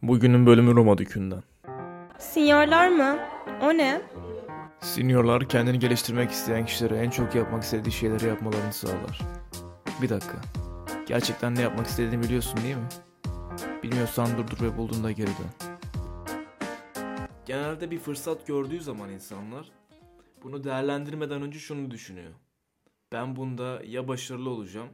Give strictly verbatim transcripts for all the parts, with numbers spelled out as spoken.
Bugünün bölümü Roma Dükü'nden. Sinyorlar mı? O ne? Seniorlar kendini geliştirmek isteyen kişilere en çok yapmak istediği şeyleri yapmalarını sağlar. Bir dakika. Gerçekten ne yapmak istediğini biliyorsun değil mi? Bilmiyorsan durdur ve bulduğunda geri dön. Genelde bir fırsat gördüğü zaman insanlar bunu değerlendirmeden önce şunu düşünüyor. Ben bunda ya başarılı olacağım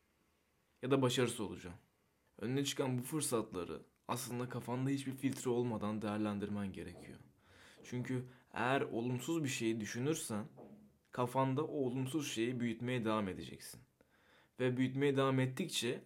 ya da başarısız olacağım. Önüne çıkan bu fırsatları aslında kafanda hiçbir filtre olmadan değerlendirmen gerekiyor. Çünkü eğer olumsuz bir şeyi düşünürsen kafanda o olumsuz şeyi büyütmeye devam edeceksin. Ve büyütmeye devam ettikçe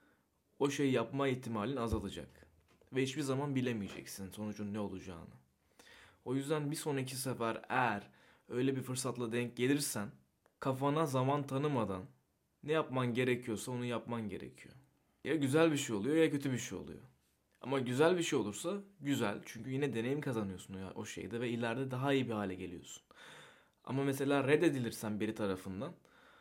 o şeyi yapma ihtimalin azalacak. Ve hiçbir zaman bilemeyeceksin sonucun ne olacağını. O yüzden bir sonraki sefer eğer öyle bir fırsatla denk gelirsen kafana zaman tanımadan ne yapman gerekiyorsa onu yapman gerekiyor. Ya güzel bir şey oluyor ya kötü bir şey oluyor. Ama güzel bir şey olursa güzel. Çünkü yine deneyim kazanıyorsun o, o şeyde ve ileride daha iyi bir hale geliyorsun. Ama mesela reddedilirsen biri tarafından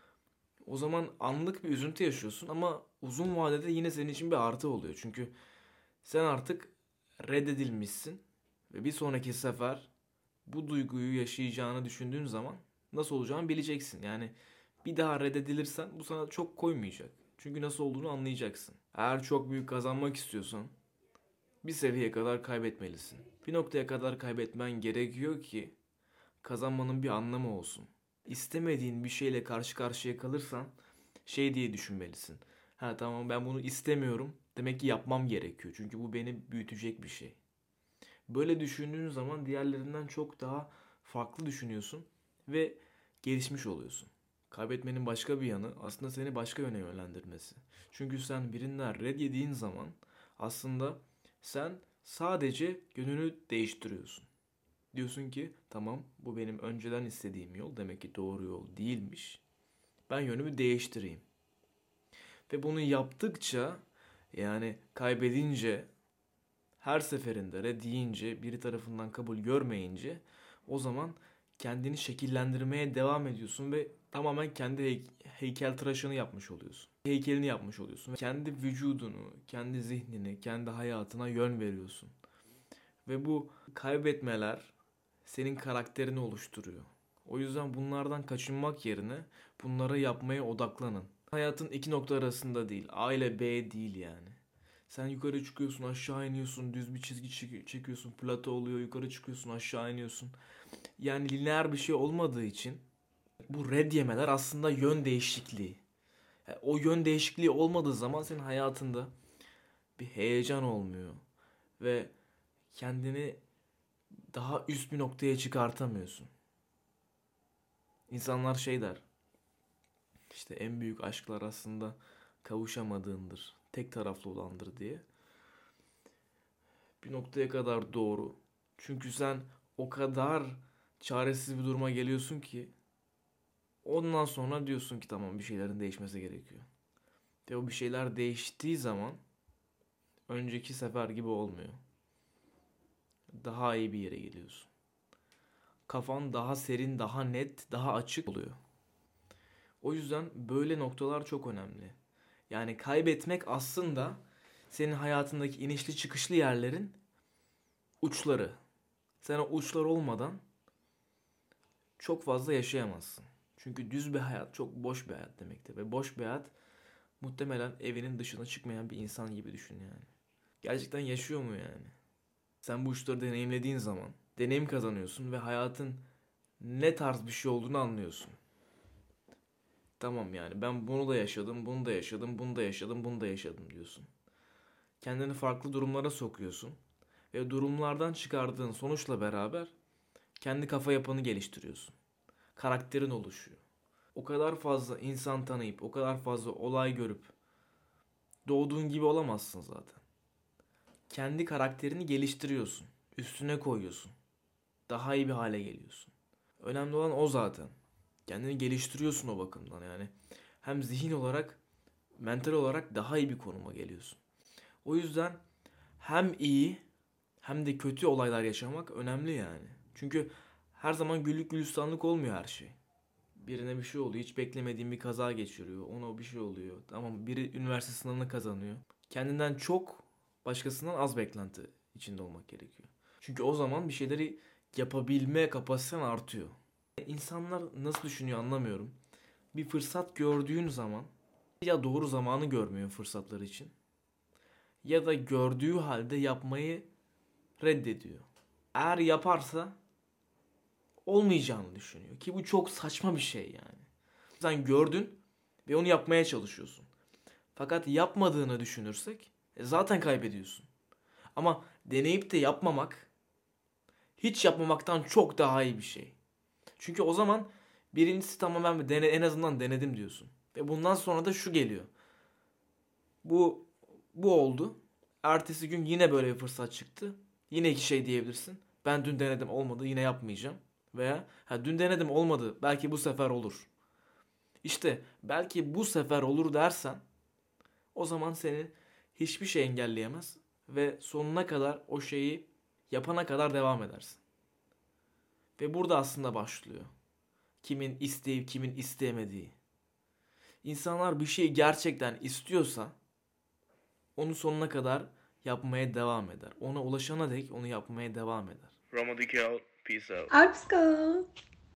o zaman anlık bir üzüntü yaşıyorsun ama uzun vadede yine senin için bir artı oluyor. Çünkü sen artık reddedilmişsin ve bir sonraki sefer bu duyguyu yaşayacağını düşündüğün zaman nasıl olacağını bileceksin. Yani bir daha reddedilirsen bu sana çok koymayacak. Çünkü nasıl olduğunu anlayacaksın. Eğer çok büyük kazanmak istiyorsan bir seviyeye kadar kaybetmelisin. Bir noktaya kadar kaybetmen gerekiyor ki kazanmanın bir anlamı olsun. İstemediğin bir şeyle karşı karşıya kalırsan şey diye düşünmelisin. Ha tamam, ben bunu istemiyorum. Demek ki yapmam gerekiyor. Çünkü bu beni büyütecek bir şey. Böyle düşündüğün zaman diğerlerinden çok daha farklı düşünüyorsun ve gelişmiş oluyorsun. Kaybetmenin başka bir yanı aslında seni başka yöne yönlendirmesi. Çünkü sen birinden red yediğin zaman aslında sen sadece yönünü değiştiriyorsun. Diyorsun ki tamam, bu benim önceden istediğim yol, demek ki doğru yol değilmiş. Ben yönümü değiştireyim. Ve bunu yaptıkça, yani kaybedince, her seferinde red deyince, biri tarafından kabul görmeyince o zaman kendini şekillendirmeye devam ediyorsun ve tamamen kendi hey- heykeltıraşını yapmış oluyorsun. Heykelini yapmış oluyorsun. Kendi vücudunu, kendi zihnini, kendi hayatına yön veriyorsun. Ve bu kaybetmeler senin karakterini oluşturuyor. O yüzden bunlardan kaçınmak yerine bunları yapmaya odaklanın. Hayatın iki nokta arasında değil. A ile B değil yani. Sen yukarı çıkıyorsun, aşağı iniyorsun, düz bir çizgi çekiyorsun, plato oluyor, yukarı çıkıyorsun, aşağı iniyorsun. Yani lineer bir şey olmadığı için bu red yemeler aslında yön değişikliği. Yani o yön değişikliği olmadığı zaman senin hayatında bir heyecan olmuyor ve kendini daha üst bir noktaya çıkartamıyorsun. İnsanlar şey der, işte en büyük aşklar aslında kavuşamadığındır, tek taraflı olandır diye. Bir noktaya kadar doğru. Çünkü sen o kadar çaresiz bir duruma geliyorsun ki ondan sonra diyorsun ki tamam, bir şeylerin değişmesi gerekiyor. Ve o bir şeyler değiştiği zaman önceki sefer gibi olmuyor. Daha iyi bir yere geliyorsun. Kafan daha serin, daha net, daha açık oluyor. O yüzden böyle noktalar çok önemli. Yani kaybetmek aslında senin hayatındaki inişli çıkışlı yerlerin uçları. Sen o uçlar olmadan çok fazla yaşayamazsın. Çünkü düz bir hayat çok boş bir hayat demektir. Ve boş bir hayat muhtemelen evinin dışına çıkmayan bir insan gibi düşün yani. Gerçekten yaşıyor mu yani? Sen bu uçları deneyimlediğin zaman deneyim kazanıyorsun ve hayatın ne tarz bir şey olduğunu anlıyorsun. Tamam, yani ben bunu da yaşadım, bunu da yaşadım, bunu da yaşadım, bunu da yaşadım diyorsun. Kendini farklı durumlara sokuyorsun ve durumlardan çıkardığın sonuçla beraber kendi kafa yapını geliştiriyorsun. Karakterin oluşuyor. O kadar fazla insan tanıyıp, o kadar fazla olay görüp doğduğun gibi olamazsın zaten. Kendi karakterini geliştiriyorsun. Üstüne koyuyorsun. Daha iyi bir hale geliyorsun. Önemli olan o zaten. Kendini geliştiriyorsun o bakımdan yani. Hem zihin olarak, mental olarak daha iyi bir konuma geliyorsun. O yüzden hem iyi hem de kötü olaylar yaşamak önemli yani. Çünkü her zaman güllük gülistanlık olmuyor her şey. Birine bir şey oluyor, hiç beklemediğin bir kaza geçiriyor, ona bir şey oluyor. Tamam, biri üniversite sınavını kazanıyor. Kendinden çok başkasından az beklenti içinde olmak gerekiyor. Çünkü o zaman bir şeyleri yapabilme kapasiten artıyor. İnsanlar nasıl düşünüyor anlamıyorum. Bir fırsat gördüğün zaman ya doğru zamanı görmüyor fırsatları için ya da gördüğü halde yapmayı reddediyor. Eğer yaparsa olmayacağını düşünüyor ki bu çok saçma bir şey yani. Sen gördün ve onu yapmaya çalışıyorsun. Fakat yapmadığını düşünürsek e, zaten kaybediyorsun. Ama deneyip de yapmamak hiç yapmamaktan çok daha iyi bir şey. Çünkü o zaman birincisi tamam ben dene, en azından denedim diyorsun. Ve bundan sonra da şu geliyor. Bu bu oldu. Ertesi gün yine böyle bir fırsat çıktı. Yine iki şey diyebilirsin. Ben dün denedim olmadı yine yapmayacağım. Veya ha, dün denedim olmadı belki bu sefer olur. İşte belki bu sefer olur dersen o zaman seni hiçbir şey engelleyemez. Ve sonuna kadar o şeyi yapana kadar devam edersin. Ve burada aslında başlıyor. Kimin isteyip kimin isteyemediği. İnsanlar bir şeyi gerçekten istiyorsa onu sonuna kadar yapmaya devam eder. Ona ulaşana dek onu yapmaya devam eder. Ramo Dikel, peace out. Arpsko.